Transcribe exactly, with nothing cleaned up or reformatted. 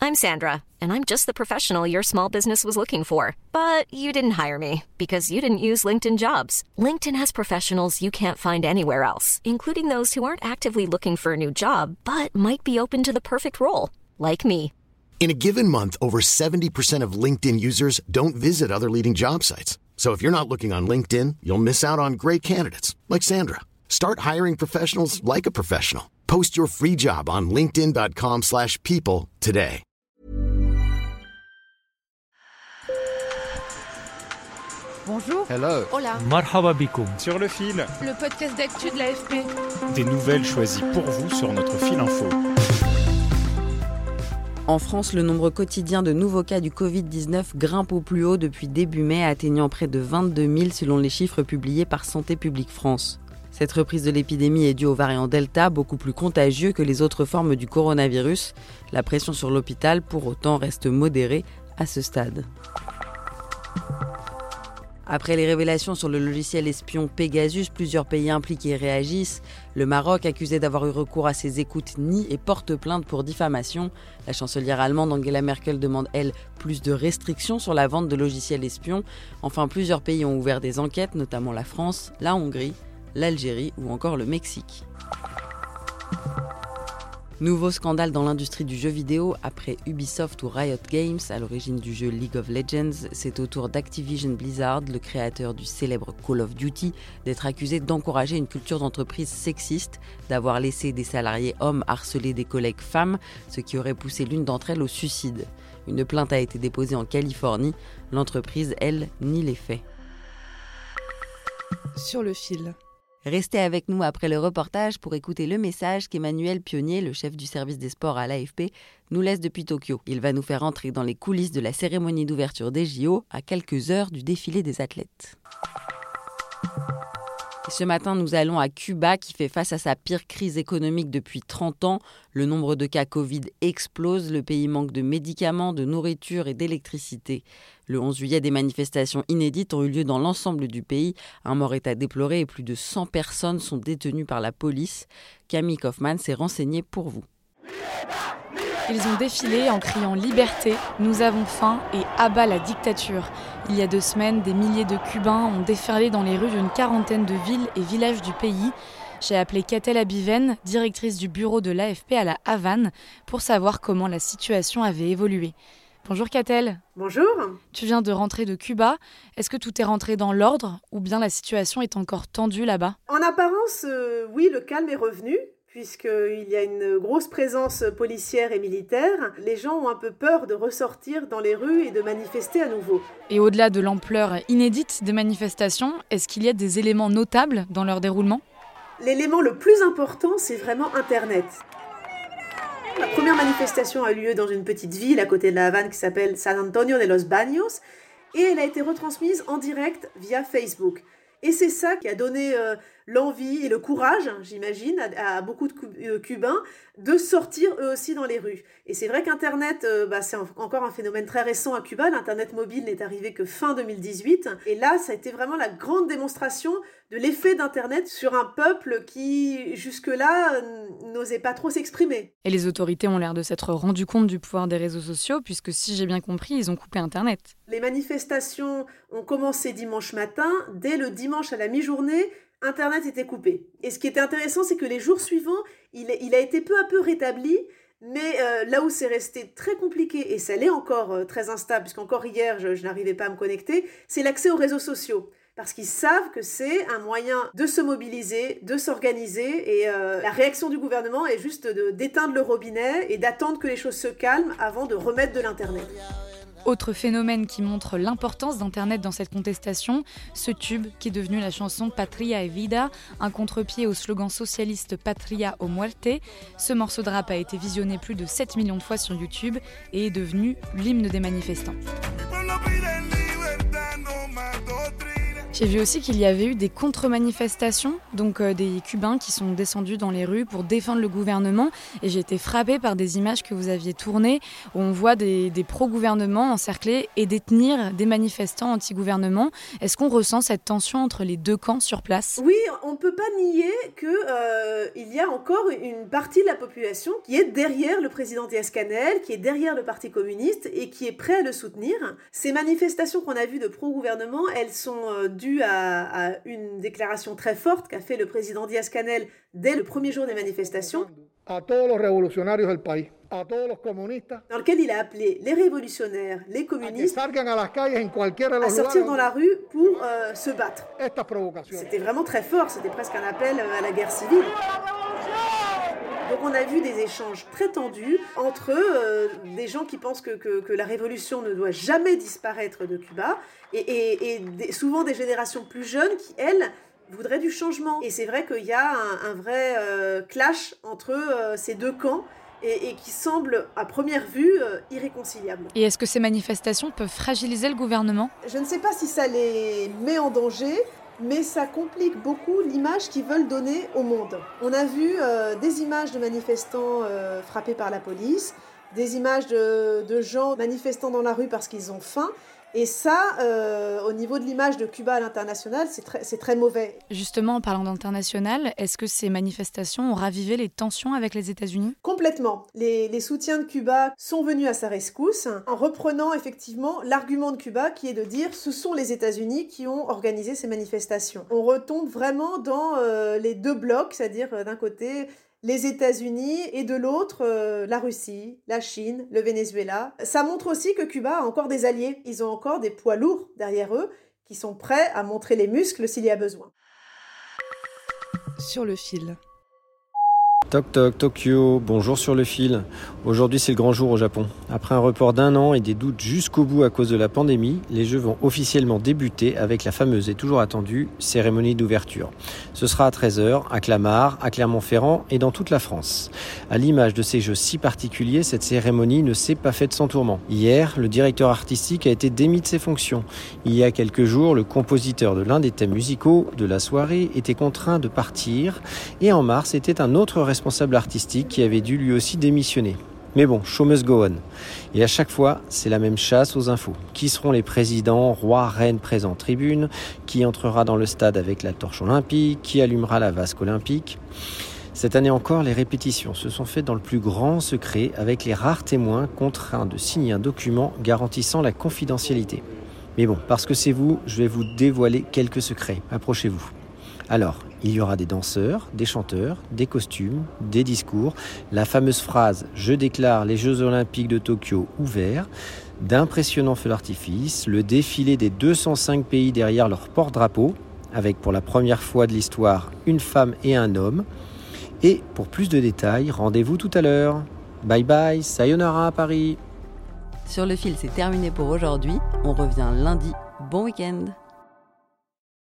I'm Sandra, and I'm just the professional your small business was looking for. But you didn't hire me because you didn't use LinkedIn Jobs. LinkedIn has professionals you can't find anywhere else, including those who aren't actively looking for a new job, but might be open to the perfect role, like me. In a given month, over seventy percent of LinkedIn users don't visit other leading job sites. So if you're not looking on LinkedIn, you'll miss out on great candidates like Sandra. Start hiring professionals like a professional. Post your free job on linkedin dot com slash people today. Bonjour. Hello. Hola. Marhaba bikoum. Sur le fil. Le podcast d'actu de l'A F P. Des nouvelles choisies pour vous sur notre fil info. En France, le nombre quotidien de nouveaux cas du covid dix-neuf grimpe au plus haut depuis début mai, atteignant près de vingt-deux mille selon les chiffres publiés par Santé publique France. Cette reprise de l'épidémie est due au variant Delta, beaucoup plus contagieux que les autres formes du coronavirus. La pression sur l'hôpital, pour autant, reste modérée à ce stade. Après les révélations sur le logiciel espion Pegasus, plusieurs pays impliqués réagissent. Le Maroc, accusé d'avoir eu recours à ses écoutes, nie et porte plainte pour diffamation. La chancelière allemande Angela Merkel demande, elle, plus de restrictions sur la vente de logiciels espions. Enfin, plusieurs pays ont ouvert des enquêtes, notamment la France, la Hongrie, l'Algérie ou encore le Mexique. Nouveau scandale dans l'industrie du jeu vidéo. Après Ubisoft ou Riot Games, à l'origine du jeu League of Legends, c'est au tour d'Activision Blizzard, le créateur du célèbre Call of Duty, d'être accusé d'encourager une culture d'entreprise sexiste, d'avoir laissé des salariés hommes harceler des collègues femmes, ce qui aurait poussé l'une d'entre elles au suicide. Une plainte a été déposée en Californie. L'entreprise, elle, nie les faits. Sur le fil. Restez avec nous après le reportage pour écouter le message qu'Emmanuel Pionnier, le chef du service des sports à l'A F P, nous laisse depuis Tokyo. Il va nous faire entrer dans les coulisses de la cérémonie d'ouverture des J O à quelques heures du défilé des athlètes. Et ce matin, nous allons à Cuba qui fait face à sa pire crise économique depuis trente ans. Le nombre de cas Covid explose, le pays manque de médicaments, de nourriture et d'électricité. Le onze juillet, des manifestations inédites ont eu lieu dans l'ensemble du pays. Un mort est à déplorer et plus de cent personnes sont détenues par la police. Camille Kaufmann s'est renseignée pour vous. Ils ont défilé en criant « Liberté, nous avons faim » et « Abat la dictature ». Il y a deux semaines, des milliers de Cubains ont déferlé dans les rues d'une quarantaine de villes et villages du pays. J'ai appelé Catel Abiven, directrice du bureau de l'A F P à la Havane, pour savoir comment la situation avait évolué. Bonjour Catel. Bonjour. Tu viens de rentrer de Cuba. Est-ce que tout est rentré dans l'ordre ou bien la situation est encore tendue là-bas ? En apparence, euh, oui, le calme est revenu, puisqu'il y a une grosse présence policière et militaire. Les gens ont un peu peur de ressortir dans les rues et de manifester à nouveau. Et au-delà de l'ampleur inédite des manifestations, est-ce qu'il y a des éléments notables dans leur déroulement ? L'élément le plus important, c'est vraiment Internet. La première manifestation a eu lieu dans une petite ville à côté de la Havane qui s'appelle San Antonio de los Baños et elle a été retransmise en direct via Facebook. Et c'est ça qui a donné euh, l'envie et le courage, j'imagine, à, à beaucoup de euh, Cubains de sortir eux aussi dans les rues. Et c'est vrai qu'Internet, euh, bah, c'est un, encore un phénomène très récent à Cuba. L'Internet mobile n'est arrivé que fin deux mille dix-huit. Et là, ça a été vraiment la grande démonstration de l'effet d'Internet sur un peuple qui, jusque-là, euh, n'osait pas trop s'exprimer. Et les autorités ont l'air de s'être rendues compte du pouvoir des réseaux sociaux, puisque si j'ai bien compris, ils ont coupé Internet. Les manifestations ont commencé dimanche matin. Dès le dimanche à la mi-journée, Internet était coupé. Et ce qui était intéressant, c'est que les jours suivants, il, il a été peu à peu rétabli, mais euh, là où c'est resté très compliqué, et ça l'est encore euh, très instable, puisqu'encore hier, je, je n'arrivais pas à me connecter, c'est l'accès aux réseaux sociaux. Parce qu'ils savent que c'est un moyen de se mobiliser, de s'organiser, et euh, la réaction du gouvernement est juste de, d'éteindre le robinet et d'attendre que les choses se calment avant de remettre de l'Internet. Autre phénomène qui montre l'importance d'Internet dans cette contestation, ce tube qui est devenu la chanson Patria e Vida, un contre-pied au slogan socialiste Patria o Muerte. Ce morceau de rap a été visionné plus de sept millions de fois sur YouTube et est devenu l'hymne des manifestants. J'ai vu aussi qu'il y avait eu des contre-manifestations, donc euh, des Cubains qui sont descendus dans les rues pour défendre le gouvernement. Et j'ai été frappée par des images que vous aviez tournées où on voit des, des pro-gouvernements encerclés et détenir des manifestants anti-gouvernement. Est-ce qu'on ressent cette tension entre les deux camps sur place ? Oui, on ne peut pas nier qu'il euh, y a encore une partie de la population qui est derrière le président Díaz-Canel, qui est derrière le Parti communiste et qui est prêt à le soutenir. Ces manifestations qu'on a vues de pro-gouvernement, elles sont euh, dues à, à une déclaration très forte qu'a fait le président Díaz-Canel dès le premier jour des manifestations, a todos los revolucionarios del país, a todos los comunistas, dans lequel il a appelé les révolutionnaires, les communistes, a, a, las calles en cualquiera de los à sortir dans la rue pour euh, se battre. C'était vraiment très fort, c'était presque un appel à la guerre civile. Donc on a vu des échanges très tendus entre euh, des gens qui pensent que, que, que la révolution ne doit jamais disparaître de Cuba et, et, et des, souvent des générations plus jeunes qui, elles, voudraient du changement. Et c'est vrai qu'il y a un, un vrai euh, clash entre euh, ces deux camps et, et qui semble, à première vue, euh, irréconciliable. Et est-ce que ces manifestations peuvent fragiliser le gouvernement ? Je ne sais pas si ça les met en danger, mais ça complique beaucoup l'image qu'ils veulent donner au monde. On a vu euh, des images de manifestants euh, frappés par la police, des images de, de gens manifestant dans la rue parce qu'ils ont faim. Et ça, euh, au niveau de l'image de Cuba à l'international, c'est très, c'est très mauvais. Justement, en parlant d'international, est-ce que ces manifestations ont ravivé les tensions avec les États-Unis ? Complètement. Les, les soutiens de Cuba sont venus à sa rescousse en reprenant effectivement l'argument de Cuba qui est de dire ce sont les États-Unis qui ont organisé ces manifestations. On retombe vraiment dans euh, les deux blocs, c'est-à-dire euh, d'un côté les États-Unis et de l'autre, euh, la Russie, la Chine, le Venezuela. Ça montre aussi que Cuba a encore des alliés. Ils ont encore des poids lourds derrière eux qui sont prêts à montrer les muscles s'il y a besoin. Sur le fil. Toc toc, Tokyo, bonjour sur le fil. Aujourd'hui c'est le grand jour au Japon. Après un report d'un an et des doutes jusqu'au bout à cause de la pandémie, les Jeux vont officiellement débuter avec la fameuse et toujours attendue cérémonie d'ouverture. Ce sera à treize heures à Clamart, à Clermont-Ferrand et dans toute la France. À l'image de ces Jeux si particuliers, cette cérémonie ne s'est pas faite sans tourment. Hier, le directeur artistique a été démis de ses fonctions. Il y a quelques jours, le compositeur de l'un des thèmes musicaux de la soirée était contraint de partir et en mars, c'était un autre responsable responsable artistique qui avait dû lui aussi démissionner. Mais bon, show must go on. Et à chaque fois, c'est la même chasse aux infos. Qui seront les présidents, rois, reines présents en tribune ? Qui entrera dans le stade avec la torche olympique ? Qui allumera la vasque olympique ? Cette année encore, les répétitions se sont faites dans le plus grand secret avec les rares témoins contraints de signer un document garantissant la confidentialité. Mais bon, parce que c'est vous, je vais vous dévoiler quelques secrets. Approchez-vous. Alors, il y aura des danseurs, des chanteurs, des costumes, des discours, la fameuse phrase « Je déclare les Jeux Olympiques de Tokyo ouverts », d'impressionnants feux d'artifice, le défilé des deux cent cinq pays derrière leur porte-drapeau, avec pour la première fois de l'histoire une femme et un homme. Et pour plus de détails, rendez-vous tout à l'heure. Bye bye, sayonara à Paris. Sur le fil, c'est terminé pour aujourd'hui. On revient lundi. Bon week-end.